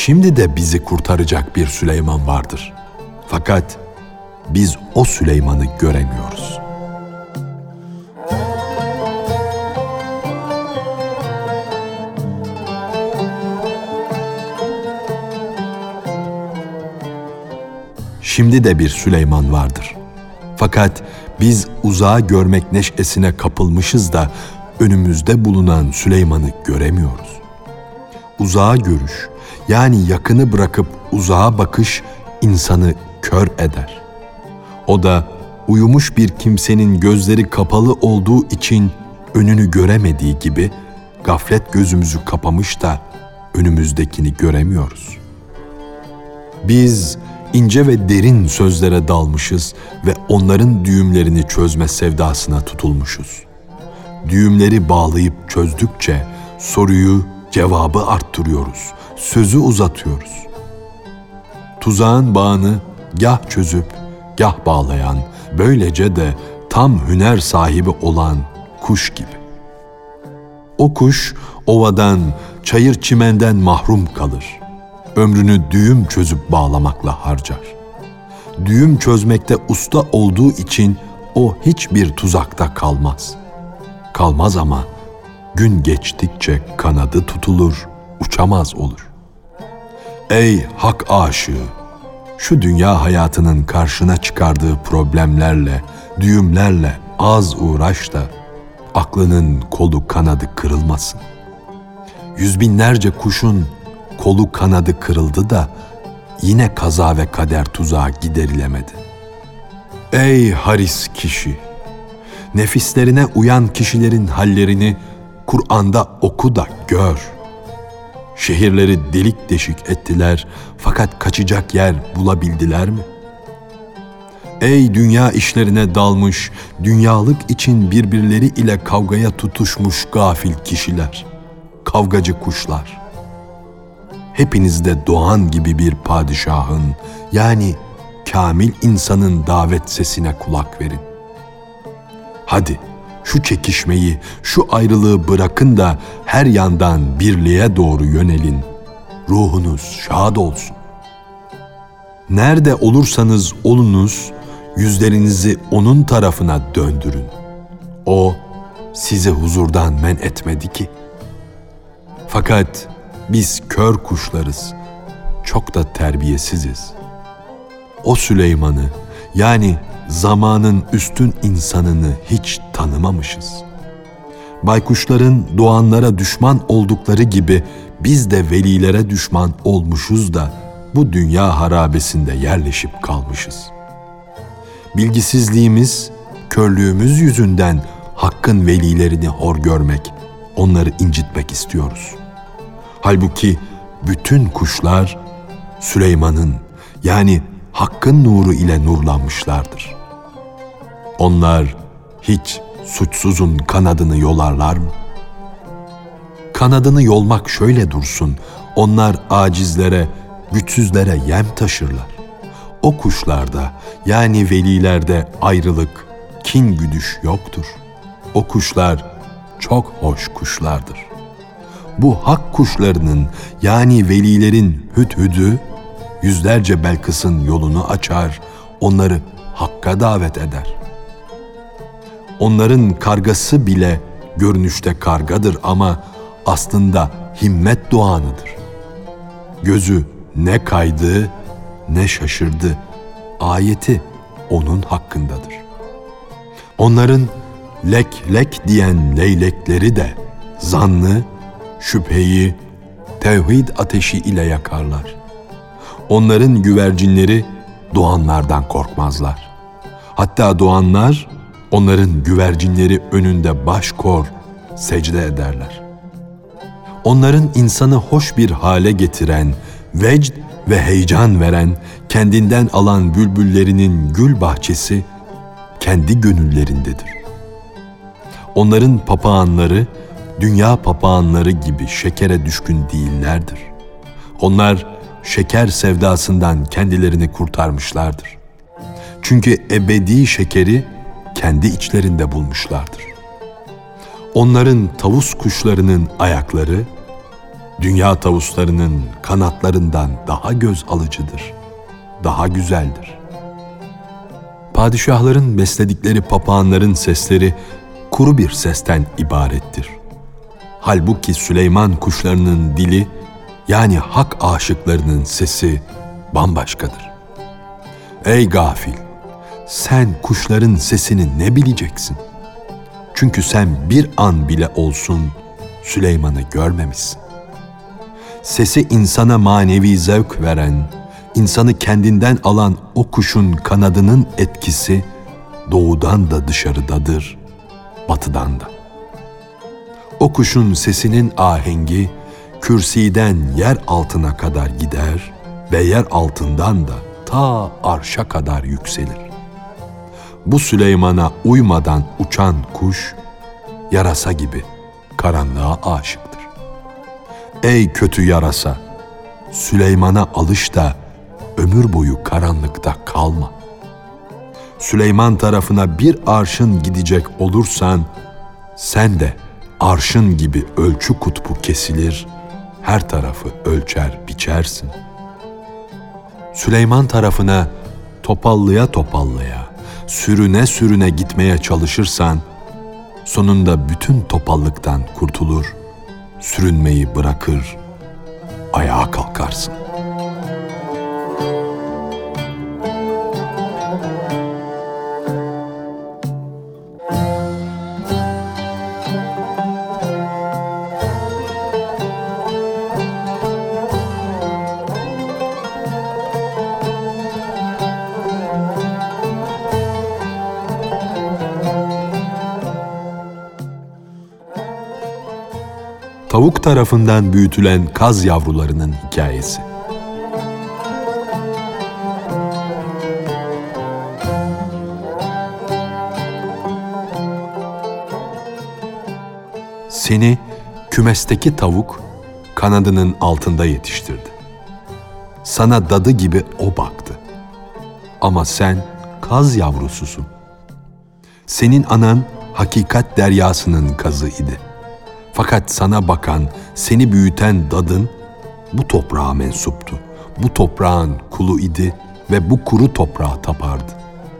Şimdi de bizi kurtaracak bir Süleyman vardır. Fakat biz o Süleyman'ı göremiyoruz. Şimdi de bir Süleyman vardır. Fakat biz uzağı görmek neşesine kapılmışız da önümüzde bulunan Süleyman'ı göremiyoruz. Uzağa görüş, yani yakını bırakıp uzağa bakış insanı kör eder. O da uyumuş bir kimsenin gözleri kapalı olduğu için önünü göremediği gibi gaflet gözümüzü kapamış da önümüzdekini göremiyoruz. Biz ince ve derin sözlere dalmışız ve onların düğümlerini çözme sevdasına tutulmuşuz. Düğümleri bağlayıp çözdükçe soruyu, cevabı arttırıyoruz, sözü uzatıyoruz. Tuzağın bağını gah çözüp gah bağlayan, böylece de tam hüner sahibi olan kuş gibi. O kuş ovadan, çayır çimenden mahrum kalır. Ömrünü düğüm çözüp bağlamakla harcar. Düğüm çözmekte usta olduğu için o hiçbir tuzakta kalmaz. Kalmaz ama gün geçtikçe kanadı tutulur, uçamaz olur. Ey hak aşığı! Şu dünya hayatının karşına çıkardığı problemlerle, düğümlerle az uğraş da aklının kolu kanadı kırılmasın. Yüz binlerce kuşun kolu kanadı kırıldı da yine kaza ve kader tuzağı giderilemedi. Ey haris kişi! Nefislerine uyan kişilerin hallerini Kur'an'da oku da gör. Şehirleri delik deşik ettiler fakat kaçacak yer bulabildiler mi? Ey dünya işlerine dalmış, dünyalık için birbirleri ile kavgaya tutuşmuş gafil kişiler, kavgacı kuşlar. Hepinizde doğan gibi bir padişahın, yani kamil insanın davet sesine kulak verin. Hadi şu çekişmeyi, şu ayrılığı bırakın da her yandan birliğe doğru yönelin. Ruhunuz şad olsun. Nerede olursanız olunuz, yüzlerinizi onun tarafına döndürün. O sizi huzurdan men etmedi ki. Fakat biz kör kuşlarız, çok da terbiyesiziz. O Süleyman'ı, yani zamanın üstün insanını hiç tanımamışız. Baykuşların doğanlara düşman oldukları gibi biz de velilere düşman olmuşuz da bu dünya harabesinde yerleşip kalmışız. Bilgisizliğimiz, körlüğümüz yüzünden Hakk'ın velilerini hor görmek, onları incitmek istiyoruz. Halbuki bütün kuşlar Süleyman'ın, yani Hakk'ın nuru ile nurlanmışlardır. Onlar hiç suçsuzun kanadını yolarlar mı? Kanadını yolmak şöyle dursun, onlar acizlere, güçsüzlere yem taşırlar. O kuşlarda, yani velilerde ayrılık, kin güdüş yoktur. O kuşlar çok hoş kuşlardır. Bu hak kuşlarının, yani velilerin hüdhüdü, yüzlerce Belkıs'ın yolunu açar, onları Hakk'a davet eder. Onların kargası bile görünüşte kargadır ama aslında himmet doğanıdır. Gözü ne kaydı ne şaşırdı, ayeti onun hakkındadır. Onların lek lek diyen leylekleri de zannı, şüpheyi tevhid ateşi ile yakarlar. Onların güvercinleri doğanlardan korkmazlar. Hatta doğanlar onların güvercinleri önünde baş kor, secde ederler. Onların insanı hoş bir hale getiren, vecd ve heyecan veren, kendinden alan bülbüllerinin gül bahçesi kendi gönüllerindedir. Onların papağanları, dünya papağanları gibi şekere düşkün değillerdir. Onlar şeker sevdasından kendilerini kurtarmışlardır. Çünkü ebedi şekeri kendi içlerinde bulmuşlardır. Onların tavus kuşlarının ayakları, dünya tavuslarının kanatlarından daha göz alıcıdır, daha güzeldir. Padişahların besledikleri papağanların sesleri kuru bir sesten ibarettir. Halbuki Süleyman kuşlarının dili, yani hak aşıklarının sesi bambaşkadır. Ey gafil! Sen kuşların sesini ne bileceksin? Çünkü sen bir an bile olsun Süleyman'ı görmemişsin. Sesi insana manevi zevk veren, insanı kendinden alan o kuşun kanadının etkisi doğudan da dışarıdadır, batıdan da. O kuşun sesinin ahengi kürsiden yer altına kadar gider ve yer altından da ta arşa kadar yükselir. Bu Süleyman'a uymadan uçan kuş, yarasa gibi karanlığa aşıktır. Ey kötü yarasa! Süleyman'a alış da ömür boyu karanlıkta kalma. Süleyman tarafına bir arşın gidecek olursan, sen de arşın gibi ölçü kutbu kesilir, her tarafı ölçer biçersin. Süleyman tarafına topallıya topallıya, sürüne sürüne gitmeye çalışırsan, sonunda bütün topallıktan kurtulur, sürünmeyi bırakır, ayağa kalkarsın. Tavuk tarafından büyütülen kaz yavrularının hikayesi. Seni kümesteki tavuk kanadının altında yetiştirdi. Sana dadı gibi o baktı. Ama sen kaz yavrususun. Senin anan hakikat deryasının kazı idi. Fakat sana bakan, seni büyüten dadın bu toprağa mensuptu. Bu toprağın kulu idi ve bu kuru toprağa tapardı.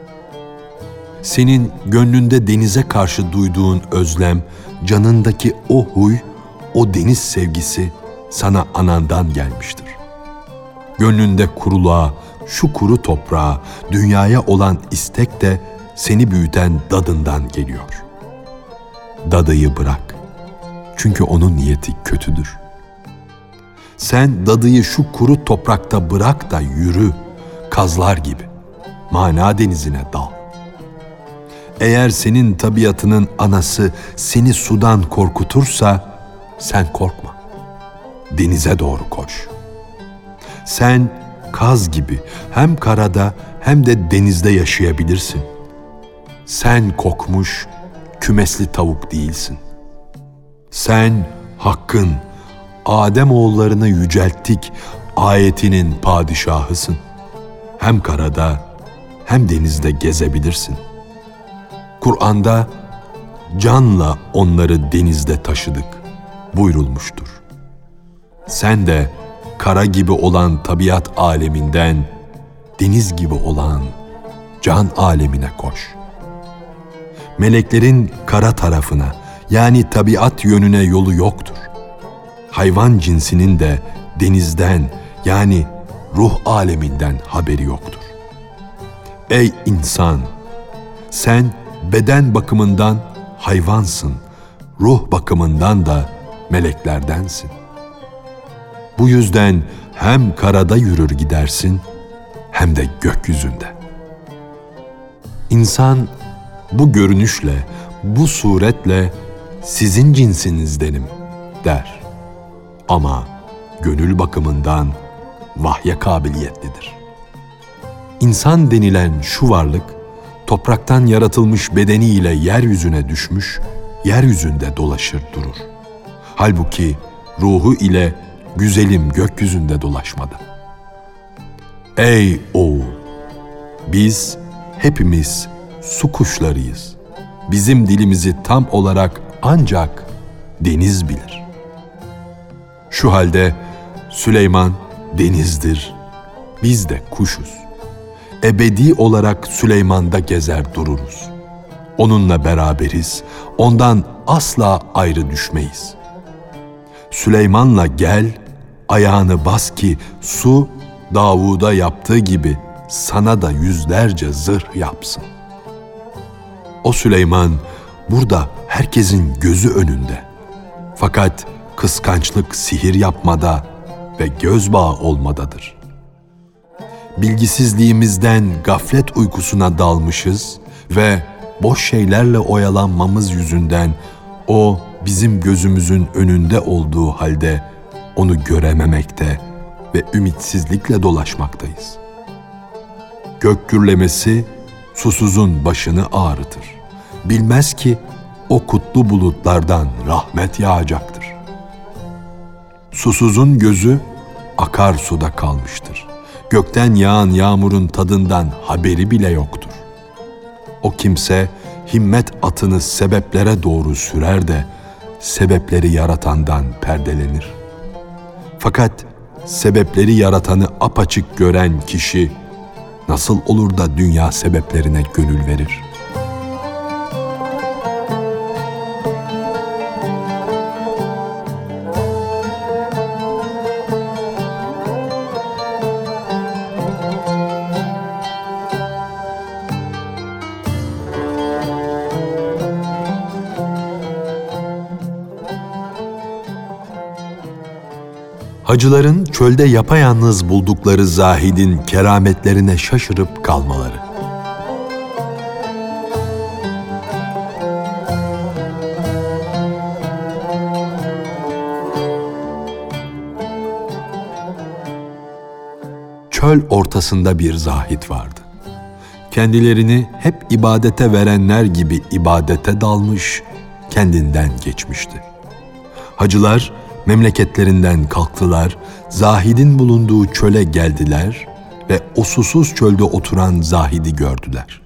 Senin gönlünde denize karşı duyduğun özlem, canındaki o huy, o deniz sevgisi sana anandan gelmiştir. Gönlünde kuruluğa, şu kuru toprağa, dünyaya olan istek de seni büyüten dadından geliyor. Dadıyı bırak. Çünkü onun niyeti kötüdür. Sen dadıyı şu kuru toprakta bırak da yürü, kazlar gibi, mana denizine dal. Eğer senin tabiatının anası seni sudan korkutursa, sen korkma, denize doğru koş. Sen kaz gibi hem karada hem de denizde yaşayabilirsin. Sen kokmuş, kümesli tavuk değilsin. Sen Hakk'ın, Ademoğullarını yücelttik ayetinin padişahısın. Hem karada hem denizde gezebilirsin. Kur'an'da canla onları denizde taşıdık buyurulmuştur. Sen de kara gibi olan tabiat aleminden deniz gibi olan can alemine koş. Meleklerin kara tarafına, yani tabiat yönüne yolu yoktur. Hayvan cinsinin de denizden, yani ruh aleminden haberi yoktur. Ey insan! Sen beden bakımından hayvansın, ruh bakımından da meleklerdensin. Bu yüzden hem karada yürür gidersin, hem de gökyüzünde. İnsan bu görünüşle, bu suretle sizin cinsinizdenim der. Ama gönül bakımından vahye kabiliyetlidir. İnsan denilen şu varlık, topraktan yaratılmış bedeniyle yeryüzüne düşmüş, yeryüzünde dolaşır durur. Halbuki ruhu ile güzelim gökyüzünde dolaşmadı. Ey oğul! Biz hepimiz su kuşlarıyız. Bizim dilimizi tam olarak ancak deniz bilir. Şu halde Süleyman denizdir, biz de kuşuz. Ebedi olarak Süleyman'da gezer dururuz. Onunla beraberiz, ondan asla ayrı düşmeyiz. Süleyman'la gel, ayağını bas ki su Davud'a yaptığı gibi sana da yüzlerce zırh yapsın. O Süleyman burada herkesin gözü önünde. Fakat kıskançlık sihir yapmada ve göz bağı olmadadır. Bilgisizliğimizden gaflet uykusuna dalmışız ve boş şeylerle oyalanmamız yüzünden o bizim gözümüzün önünde olduğu halde onu görememekte ve ümitsizlikle dolaşmaktayız. Gök gürlemesi susuzun başını ağrıtır. Bilmez ki o kutlu bulutlardan rahmet yağacaktır. Susuzun gözü akarsuda kalmıştır. Gökten yağan yağmurun tadından haberi bile yoktur. O kimse himmet atını sebeplere doğru sürer de sebepleri yaratandan perdelenir. Fakat sebepleri yaratanı apaçık gören kişi nasıl olur da dünya sebeplerine gönül verir? Hacıların çölde yapayalnız buldukları zahidin kerametlerine şaşırıp kalmaları. Çöl ortasında bir zahid vardı. Kendilerini hep ibadete verenler gibi ibadete dalmış, kendinden geçmişti. Hacılar memleketlerinden kalktılar, zahidin bulunduğu çöle geldiler ve o susuz çölde oturan zahidi gördüler.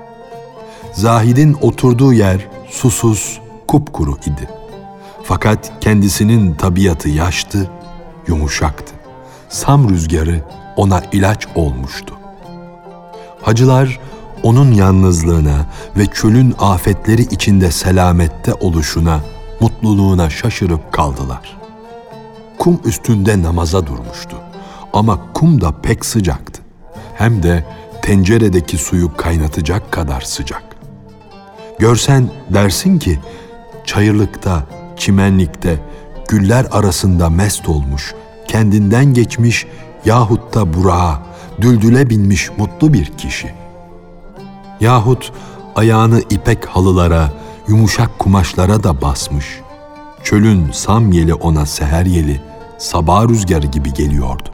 Zahidin oturduğu yer susuz, kupkuru idi. Fakat kendisinin tabiatı yaştı, yumuşaktı. Sam rüzgarı ona ilaç olmuştu. Hacılar onun yalnızlığına ve çölün afetleri içinde selamette oluşuna, mutluluğuna şaşırıp kaldılar. Kum üstünde namaza durmuştu ama kum da pek sıcaktı. Hem de tenceredeki suyu kaynatacak kadar sıcak. Görsen dersin ki çayırlıkta, çimenlikte, güller arasında mest olmuş, kendinden geçmiş yahut da burağa, düldüle binmiş mutlu bir kişi. Yahut ayağını ipek halılara, yumuşak kumaşlara da basmış. Çölün sam yeli ona seher yeli, sabah rüzgarı gibi geliyordu.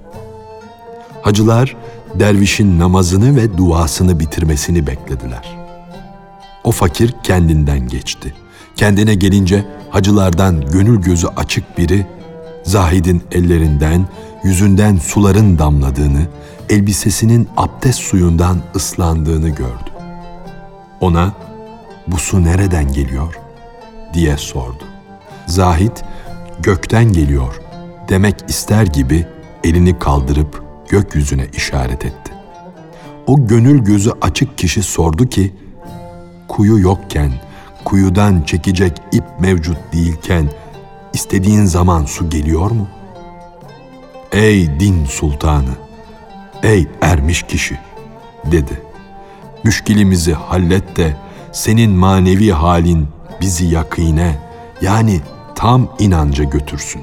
Hacılar dervişin namazını ve duasını bitirmesini beklediler. O fakir kendinden geçti. Kendine gelince hacılardan gönül gözü açık biri, zahidin ellerinden, yüzünden suların damladığını, elbisesinin abdest suyundan ıslandığını gördü. Ona, "Bu su nereden geliyor?" diye sordu. Zahid, "Gökten geliyor" demek ister gibi elini kaldırıp gökyüzüne işaret etti. O gönül gözü açık kişi sordu ki, "Kuyu yokken, kuyudan çekecek ip mevcut değilken, istediğin zaman su geliyor mu?" "Ey din sultanı, ey ermiş kişi," dedi. "Müşkilimizi hallet de senin manevi halin bizi yakine, yani tam inanca götürsün.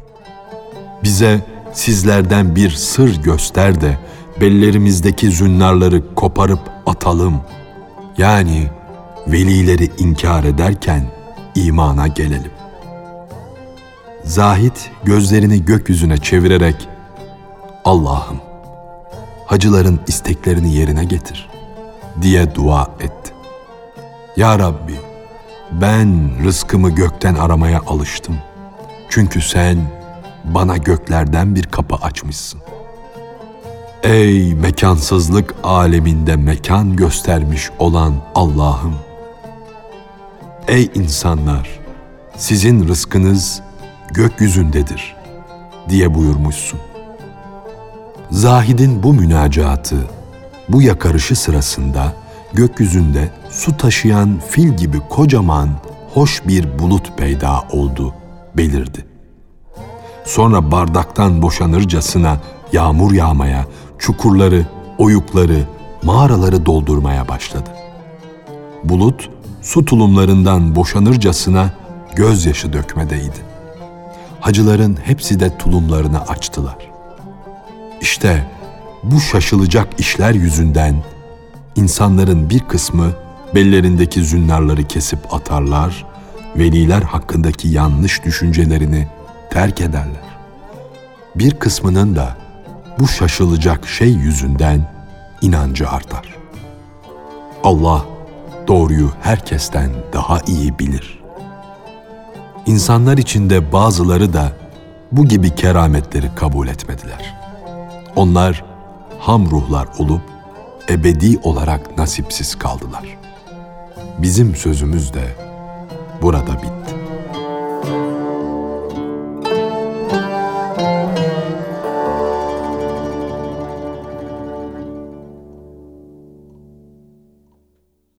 Bize sizlerden bir sır göster de bellerimizdeki zünnarları koparıp atalım. Yani velileri inkar ederken imana gelelim." Zahid gözlerini gökyüzüne çevirerek, "Allah'ım, hacıların isteklerini yerine getir," diye dua etti. "Ya Rabbi, ben rızkımı gökten aramaya alıştım. Çünkü sen bana göklerden bir kapı açmışsın. Ey mekansızlık aleminde mekan göstermiş olan Allah'ım! Ey insanlar! Sizin rızkınız gökyüzündedir diye buyurmuşsun. Zahid'in bu münacatı, bu yakarışı sırasında gökyüzünde su taşıyan fil gibi kocaman, hoş bir bulut peyda oldu, belirdi. Sonra bardaktan boşanırcasına yağmur yağmaya, çukurları, oyukları, mağaraları doldurmaya başladı. Bulut, su tulumlarından boşanırcasına gözyaşı dökmedeydi. Hacıların hepsi de tulumlarını açtılar. İşte bu şaşılacak işler yüzünden insanların bir kısmı bellerindeki zünnarları kesip atarlar, veliler hakkındaki yanlış düşüncelerini terk ederler. Bir kısmının da bu şaşılacak şey yüzünden inancı artar. Allah doğruyu herkesten daha iyi bilir. İnsanlar içinde bazıları da bu gibi kerametleri kabul etmediler. Onlar ham ruhlar olup ebedi olarak nasipsiz kaldılar. Bizim sözümüz de burada bitti.